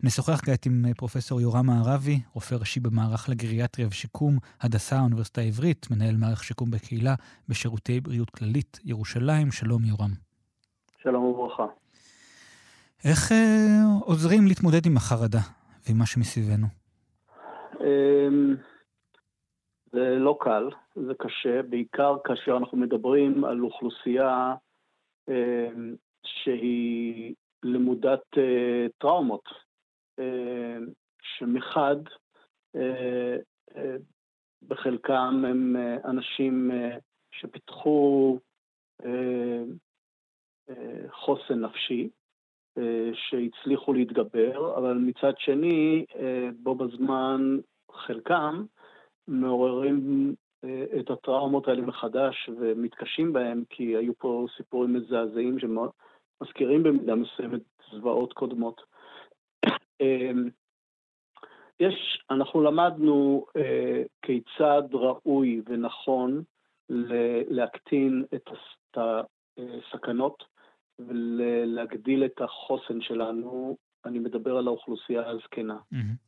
נשוחח כעת עם פרופסור יורם מערבי, רופא ראשי במערך לגריאטריה ושיקום, הדסה האוניברסיטה העברית, מנהל מערך שיקום בקהילה בשירותי בריאות כללית ירושלים. שלום יורם. שלום וברכה. איך עוזרים להתמודד עם החרדה ועם מה שמסביבנו? זה לא קל, זה קשה, בעיקר כאשר אנחנו מדברים על אוכלוסייה שהיא למודת טראומות, שמחד בחלקם הם אנשים שפיתחו חוסן נפשי, שהצליחו להתגבר, אבל מצד שני, בו בזמן חלקם מעוררים את הטראומות האלה מחדש ומתקשים בהם, כי היו פה סיפורים מזעזעים שמזכירים במידה מסוימת זוועות קודמות. אנחנו למדנו כיצד ראוי ונכון להקטין את הסכנות ולהגדיל את החוסן שלנו. אני מדבר על האוכלוסייה הזקנה.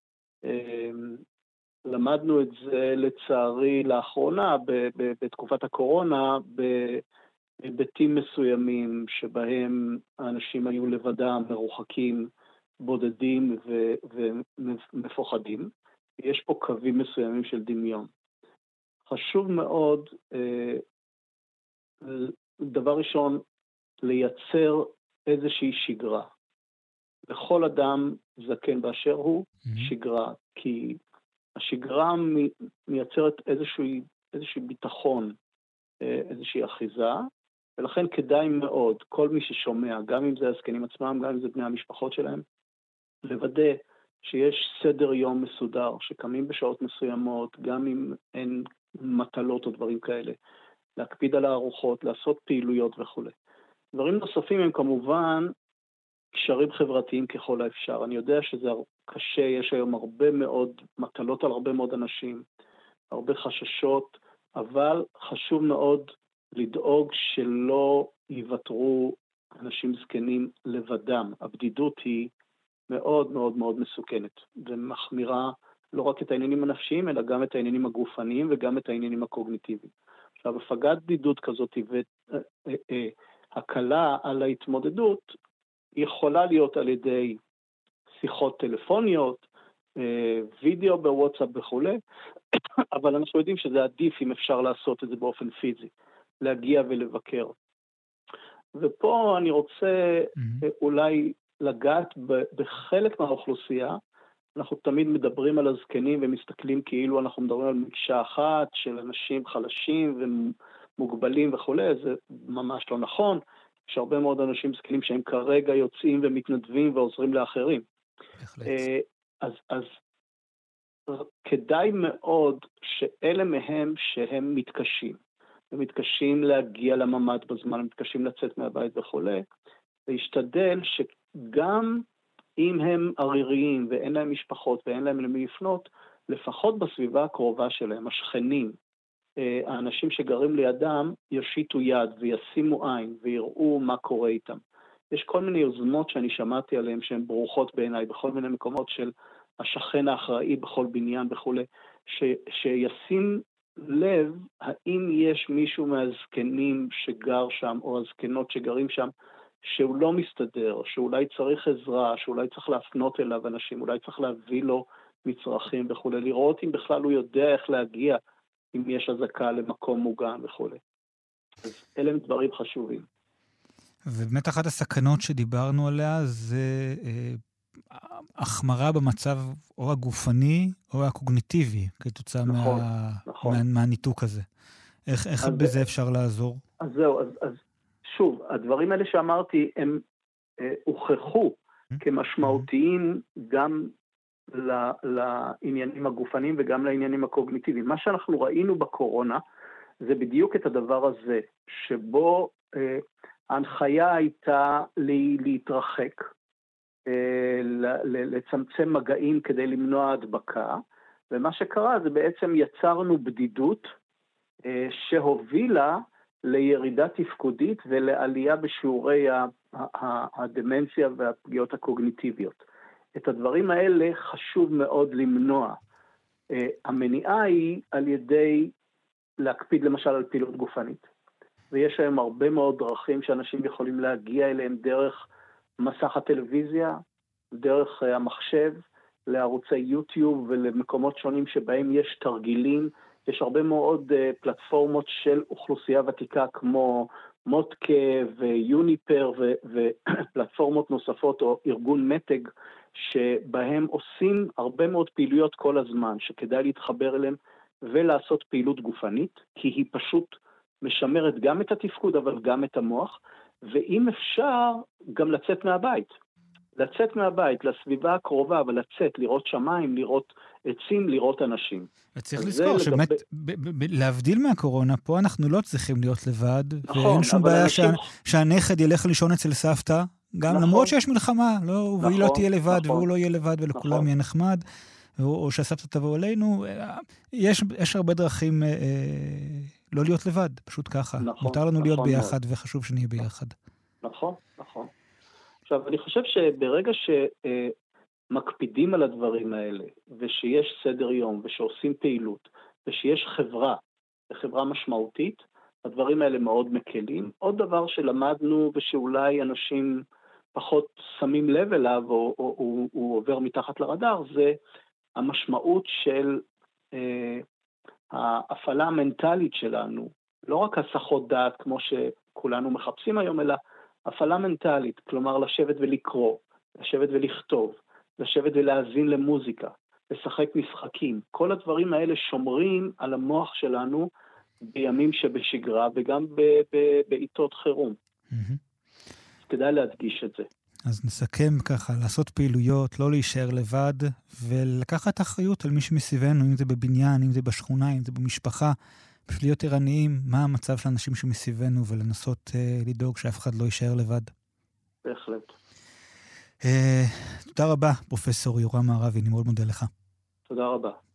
למדנו את זה לצערי לאחרונה, בתקופת הקורונה, בהיבטים מסוימים שבהם האנשים היו לבדם, מרוחקים, בודדים ומפוחדים. יש פה קווים מסוימים של דמיון. חשוב מאוד, דבר ראשון, לייצר איזושהי שגרה. לכל אדם זקן באשר הוא שגרה, כי השגרה מייצרת איזושהי ביטחון, איזושהי אחיזה, ולכן כדאי מאוד, כל מי ששומע, גם אם זה הזקנים עצמם, גם אם זה בני המשפחות שלהם, לוודא שיש סדר יום מסודר, שקמים בשעות מסוימות, גם אם אין מטלות או דברים כאלה, להקפיד על הארוחות, לעשות פעילויות וכו'. דברים נוספים הם כמובן קשרים חברתיים ככל האפשר. אני יודע שזה קשה, יש היום הרבה מאוד מטלות על הרבה מאוד אנשים, הרבה חששות, אבל חשוב מאוד לדאוג שלא יוותרו אנשים זקנים לבדם. הבדידות היא מאוד מאוד מאוד מסוכנת, ומחמירה לא רק את העניינים הנפשיים, אלא גם את העניינים הגופניים וגם את העניינים הקוגניטיביים. עכשיו, הפגת בדידות כזאת והקלה על ההתמודדות יכולה להיות על ידי שיחות טלפוניות, וידאו בוואטסאפ וכו', אבל אנחנו יודעים שזה עדיף אם אפשר לעשות את זה באופן פיזי, להגיע ולבקר. ופה אני רוצה אולי לגעת בחלק מהאוכלוסייה. אנחנו תמיד מדברים על הזקנים ומסתכלים כאילו אנחנו מדברים על מקשה אחת של אנשים חלשים ומוגבלים וכו', זה ממש לא נכון. יש הרבה מאוד אנשים זקנים שהם כרגע יוצאים ומתנדבים ועוזרים לאחרים. אז כדאי מאוד שאלה מהם שהם מתקשים, ומתקשים להגיע לממד בזמן, מתקשים לצאת מהבית וכו', להשתדל שגם אם הם עריריים ואין להם משפחות ואין להם למי לפנות, לפחות בסביבה הקרובה שלהם, השכנים, האנשים שגרים לידם יושיטו יד וישימו עין ויראו מה קורה איתם. יש כל מיני יוזמות שאני שמעתי עליהן שהן ברוכות בעיניי, בכל מיני מקומות של השכן האחראי בכל בניין וכו', שישים לב האם יש מישהו מהזקנים שגר שם או הזקנות שגרים שם שהוא לא מסתדר, שאולי צריך עזרה, שאולי צריך להפנות אליו אנשים, אולי צריך להביא לו מצרכים וכו', לראות אם בכלל הוא יודע איך להגיע, אם יש הזקה למקום מוגן וכו'. אז אלה הם דברים חשובים. ובאמת אחת הסכנות שדיברנו עליה זה החמרה במצב או הגופני או הקוגניטיבי, כתוצאה מהניתוק הזה. איך בזה אפשר לעזור? אז זהו, אז שוב, הדברים האלה שאמרתי הם הוכחו כמשמעותיים גם לעניינים הגופניים וגם לעניינים הקוגניטיביים. מה שאנחנו ראינו בקורונה זה בדיוק את הדבר הזה, שבו ההנחיה הייתה להתרחק, לצמצם מגעים כדי למנוע הדבקה, ומה שקרה זה בעצם יצרנו בדידות שהובילה לירידה תפקודית ולעלייה בשיעורי הדמנציה והפגיעות הקוגניטיביות. את הדברים האלה חשוב מאוד למנוע. המניעה היא על ידי להקפיד למשל על פעילות גופנית. ויש היום הרבה מאוד דרכים שאנשים יכולים להגיע אליהם דרך מסך הטלוויזיה, דרך המחשב, לערוצי יוטיוב ולמקומות שונים שבהם יש תרגילים. יש הרבה מאוד פלטפורמות של אוכלוסייה ותיקה כמו מוטקה ויוניפר ופלטפורמות נוספות או ארגון מתג, שבהם עושים הרבה מאוד פעילויות כל הזמן, שכדאי להתחבר אליהם ולעשות פעילות גופנית, כי היא פשוט משמרת גם את התפקוד אבל גם את המוח, ואם אפשר גם לצאת מהבית. לצאת מהבית, לסביבה הקרובה, ולצאת, לראות שמיים, לראות עצים, לראות אנשים. וצריך לזכור שבאמת, להבדיל מהקורונה, פה אנחנו לא צריכים להיות לבד, ואין שום בעיה שהנכד ילך לישון אצל סבתא, גם למרות שיש מלחמה, והיא לא תהיה לבד, והוא לא יהיה לבד, ולכולם יהיה נחמד, או שהסבתא תבוא אלינו, יש הרבה דרכים לא להיות לבד, פשוט ככה. מותר לנו להיות ביחד, וחשוב שנהיה ביחד. נכון, נכון. עכשיו, אני חושב שברגע שמקפידים על הדברים האלה, ושיש סדר יום, ושעושים פעילות, ושיש חברה משמעותית, הדברים האלה מאוד מקלים. עוד דבר שלמדנו, ושאולי אנשים פחות שמים לב אליו, או הוא עובר מתחת לרדאר, זה המשמעות של ההפעלה המנטלית שלנו, לא רק הסחות דעת כמו שכולנו מחפשים היום, אלא הפעלה מנטלית, כלומר לשבת ולקרוא, לשבת ולכתוב, לשבת ולהאזין למוזיקה, לשחק משחקים. כל הדברים האלה שומרים על המוח שלנו בימים שבשגרה וגם בעיתות חירום. כדאי להדגיש את זה. אז נסכם ככה, לעשות פעילויות, לא להישאר לבד, ולקחת אחריות על מי שמסביבנו, אם זה בבניין, אם זה בשכונה, אם זה במשפחה, פשוט להיות ערניים, מה המצב של האנשים שמסביבנו, ולנסות לדאוג שאף אחד לא יישאר לבד. בהחלט. תודה רבה, פרופסור יורם מערבי, אני מאוד מודה לך. תודה רבה.